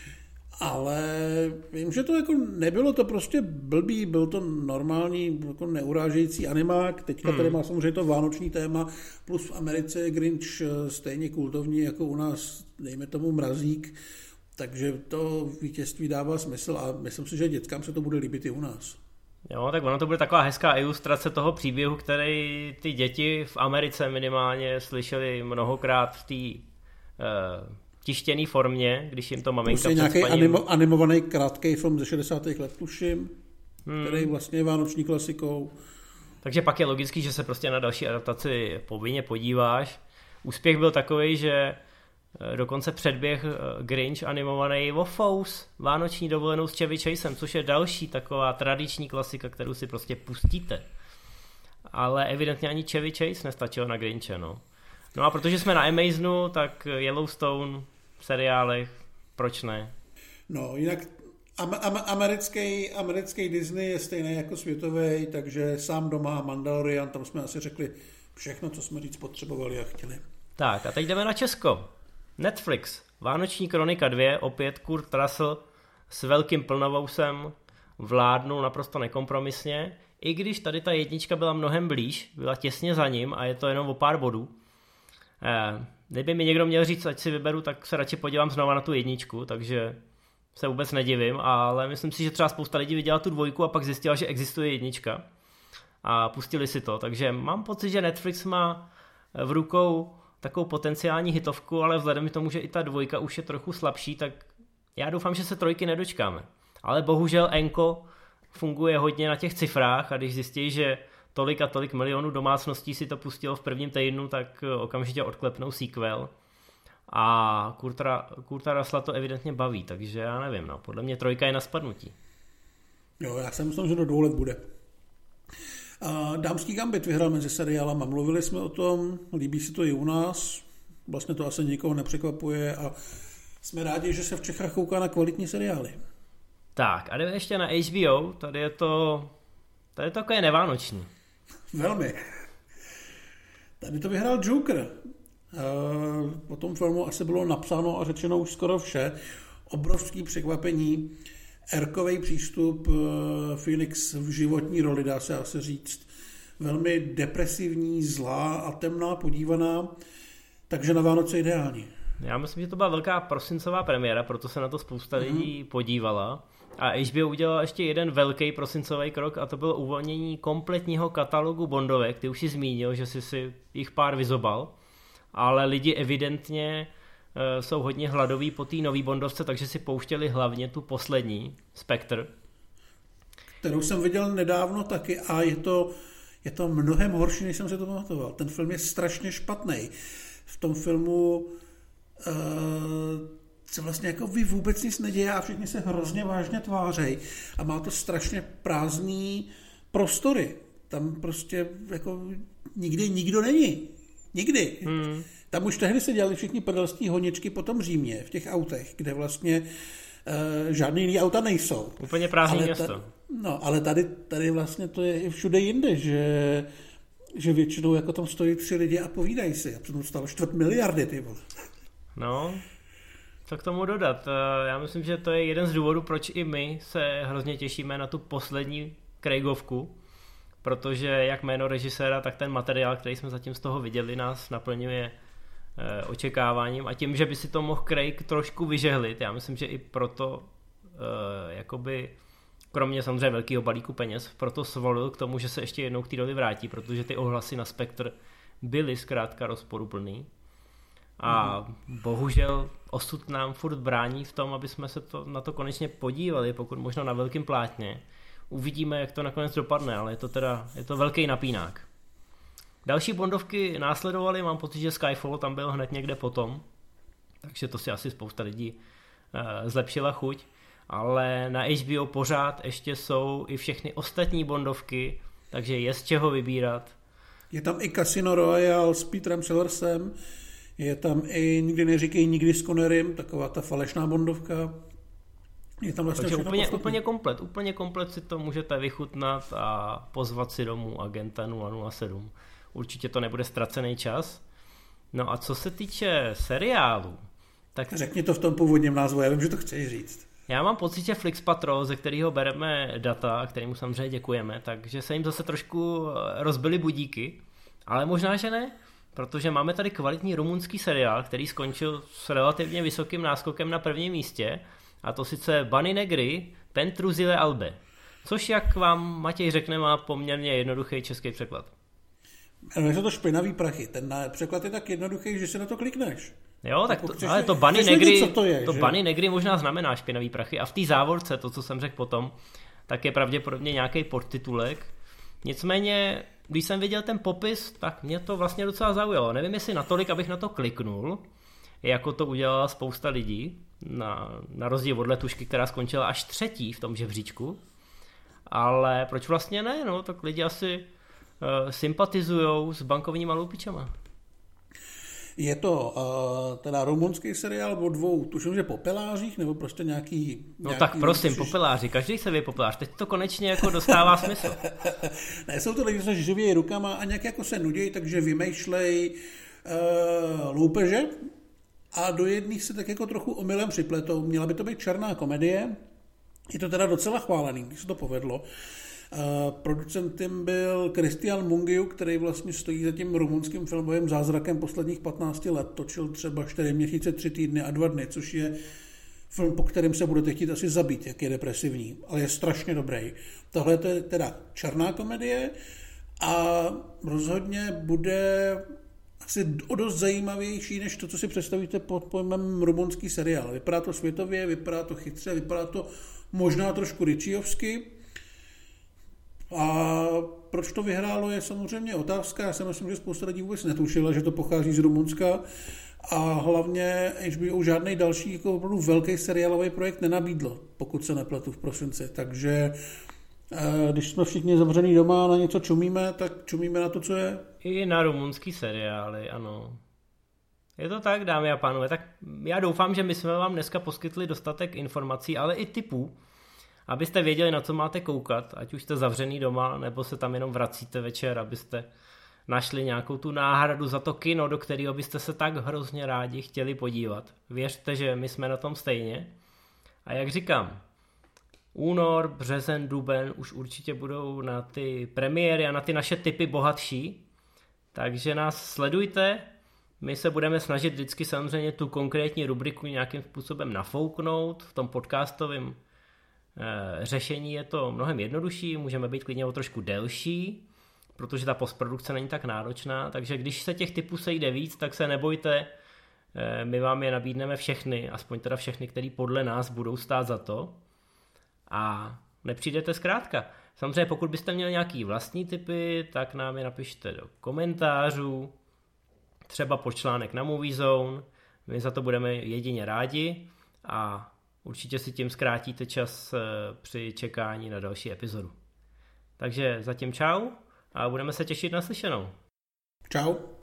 Ale vím, že to jako nebylo to prostě blbý, byl to normální, jako neurážející animák. Teďka tady má samozřejmě to vánoční téma, plus v Americe je Grinch stejně kultovní jako u nás, dejme tomu Mrazík, takže to vítězství dává smysl a myslím si, že dětskám se to bude líbit i u nás. Jo, tak ono to bude taková hezká ilustrace toho příběhu, který ty děti v Americe minimálně slyšeli mnohokrát v té uh, tištěné formě, když jim to maminka prostě nějaký animo, animovaný krátký film ze šedesátých let, tuším, hmm. který vlastně je vánoční klasikou. Takže pak je logický, že se prostě na další adaptaci povinně podíváš. Úspěch byl takový, že dokonce předběh Grinch animovaný o Fouse, vánoční dovolenou s Chevy Chasem, což je další taková tradiční klasika, kterou si prostě pustíte. Ale evidentně ani Chevy Chase nestačil na Grinche, no. No a protože jsme na Amazonu, tak Yellowstone v seriálech, proč ne? No, jinak am- am- americký, americký Disney je stejný jako světový, takže sám doma Mandalorian, tam jsme asi řekli všechno, co jsme říct potřebovali a chtěli. Tak a teď jdeme na Česko. Netflix, Vánoční kronika dva, opět Kurt Russell s velkým plnovousem vládnul naprosto nekompromisně, i když tady ta jednička byla mnohem blíž, byla těsně za ním a je to jenom o pár bodů. Eh, kdyby mi někdo měl říct, ať si vyberu, tak se radši podívám znova na tu jedničku, takže se vůbec nedivím, ale myslím si, že třeba spousta lidí viděla tu dvojku a pak zjistila, že existuje jednička a pustili si to, takže mám pocit, že Netflix má v rukou takovou potenciální hitovku, ale vzhledem k tomu, že i ta dvojka už je trochu slabší, tak já doufám, že se trojky nedočkáme. Ale bohužel Enko funguje hodně na těch cifrách a když zjistí, že tolik a tolik milionů domácností si to pustilo v prvním týdnu, tak okamžitě odklepnou sequel. A Kurta, Kurta Russella to evidentně baví, takže já nevím, no, podle mě trojka je na spadnutí. Jo, já si myslím, že do dvou let bude. A Dámský gambit vyhrál mezi seriálama, mluvili jsme o tom, líbí si to i u nás, vlastně to asi nikoho nepřekvapuje a jsme rádi, že se v Čechách kouká na kvalitní seriály. Tak a jdeme ještě na H B O, tady je to, tady je to takové nevánoční. Velmi. Tady to vyhrál Joker. O tom filmu asi bylo napsáno a řečeno už skoro vše. Obrovský překvapení. Erkovej přístup, Phoenix v životní roli, dá se asi říct. Velmi depresivní, zlá a temná, podívaná, takže na Vánoce ideální. Já myslím, že to byla velká prosincová premiéra, proto se na to spousta lidí mm. podívala. A H B O udělala ještě jeden velký prosincový krok a to bylo uvolnění kompletního katalogu Bondovek. Ty už si zmínil, že jsi si jich pár vyzobal, ale lidi evidentně jsou hodně hladoví po té nový Bondovce, takže si pouštěli hlavně tu poslední, Spectre. Kterou jsem viděl nedávno taky a je to, je to mnohem horší, než jsem si to pamatoval. Ten film je strašně špatný. V tom filmu uh, se vlastně jako vy vůbec nic neděje a všichni se hrozně vážně tvářejí. A má to strašně prázdný prostory. Tam prostě jako nikdy nikdo není. Nikdy. Hmm. Tam už tehdy se dělali všichni prdelský honičky po tom Římě, v těch autech, kde vlastně uh, žádný jiný auta nejsou. Úplně prázdný město. Ta, no, ale tady, tady vlastně to je i všude jinde, že, že většinou jako tam stojí tři lidi a povídají si. A přitom stalo čtvrt miliardy, ty vole. No, co k tomu dodat? Já myslím, že to je jeden z důvodů, proč i my se hrozně těšíme na tu poslední Craigovku, protože jak jméno režiséra, tak ten materiál, který jsme zatím z toho viděli, nás naplňuje eh, očekáváním a tím, že by si to mohl Craig trošku vyžehlit, já myslím, že i proto eh, jakoby, kromě samozřejmě velkého balíku peněz, proto svolil k tomu, že se ještě jednou k té roli vrátí, protože ty ohlasy na Spectre byly zkrátka rozporuplný a mm. bohužel osud nám furt brání v tom, aby jsme se to, na to konečně podívali, pokud možno na velkém plátně. Uvidíme, jak to nakonec dopadne, ale je to teda je to velký napínák. Další Bondovky následovaly, mám pocit, že Skyfall tam byl hned někde potom, takže to si asi spousta lidí uh, zlepšila chuť, ale na H B O pořád ještě jsou i všechny ostatní Bondovky, takže je z čeho vybírat. Je tam i Casino Royale s Petrem Sellersem, je tam i Nikdy neříkej nikdy s Connerym, taková ta falešná Bondovka. Je tam vlastně takže úplně, úplně komplet, úplně komplet si to můžete vychutnat a pozvat si domů agenta nula nula sedm. Určitě to nebude ztracený čas. No a co se týče seriálu, tak... Řekni to v tom původním názvu, já vím, že to chceš říct. Já mám pocit, že FlixPatrol, ze kterého bereme data, kterému samozřejmě děkujeme, takže se jim zase trošku rozbily budíky, ale možná, že ne, protože máme tady kvalitní rumunský seriál, který skončil s relativně vysokým náskokem na prvním místě, a to sice Bani Negri, Pentru zile albe, což, jak vám Matěj řekne, má poměrně jednoduchý český překlad. Jmenuje se to Špinavý prachy. Ten překlad je tak jednoduchý, že si na to klikneš. Jo, tak to, ale to Bani Negri, to, je, to Bani Negri možná znamená špinavý prachy a v té závorce, to, co jsem řekl potom, tak je pravděpodobně nějaký podtitulek. Nicméně, když jsem viděl ten popis, tak mě to vlastně docela zaujalo. Nevím, jestli natolik, abych na to kliknul, jako to udělala spousta lidí, na, na rozdíl od Letušky, která skončila až třetí v tom žebříčku. Ale proč vlastně ne? No, tak lidi asi uh, sympatizujou s bankovníma loupičama. Je to uh, teda rumunský seriál o dvou, tuším, že popelářích, nebo prostě nějaký... No nějaký, tak prosím, což... popeláři, každý se ví popelář, teď to konečně jako dostává smysl. Ne, jsou to lidi, co se živějí rukama a nějak jako se nudějí, takže vymýšlej uh, loupeže a do jedných se tak jako trochu omylem připletou. Měla by to být černá komedie, je to teda docela chválený, když se to povedlo. Uh, producentem byl Cristian Mungiu, který vlastně stojí za tím rumunským filmovým zázrakem posledních patnácti let. Točil třeba čtyři měsíce, tři týdny a dva dny, což je film, po kterém se budete chtít asi zabít, jak je depresivní, ale je strašně dobrý. Tohle je teda černá komedie a rozhodně bude asi o dost zajímavější, než to, co si představíte pod pojmem rumunský seriál. Vypadá to světově, vypadá to chytře, vypadá to možná trošku Ritchiovsky. A proč to vyhrálo, je samozřejmě otázka. Já si myslím, že spousta lidí vůbec netušila, že to pochází z Rumunska a hlavně H B O žádný další jako opravdu velký seriálový projekt nenabídlo, pokud se nepletu v prosinci. Takže když jsme všichni zavřený doma a na něco čumíme, tak čumíme na to, co je. I na rumunský seriály, ano. Je to tak, dámy a pánové. Tak já doufám, že my jsme vám dneska poskytli dostatek informací, ale i tipů, abyste věděli, na co máte koukat, ať už jste zavřený doma, nebo se tam jenom vracíte večer, abyste našli nějakou tu náhradu za to kino, do kterého byste se tak hrozně rádi chtěli podívat. Věřte, že my jsme na tom stejně. A jak říkám, únor, březen, duben už určitě budou na ty premiéry a na ty naše tipy bohatší, takže nás sledujte. My se budeme snažit vždycky samozřejmě tu konkrétní rubriku nějakým způsobem nafouknout v tom podcastovém řešení je to mnohem jednodušší, můžeme být klidně o trošku delší, protože ta postprodukce není tak náročná, takže když se těch typů sejde víc, tak se nebojte, my vám je nabídneme všechny, aspoň teda všechny, který podle nás budou stát za to a nepřijdete zkrátka. Samozřejmě pokud byste měli nějaký vlastní tipy, tak nám je napište do komentářů, třeba pod článek na Movie Zone, my za to budeme jedině rádi a určitě si tím zkrátíte čas při čekání na další epizodu. Takže zatím čau a budeme se těšit na slyšenou. Čau.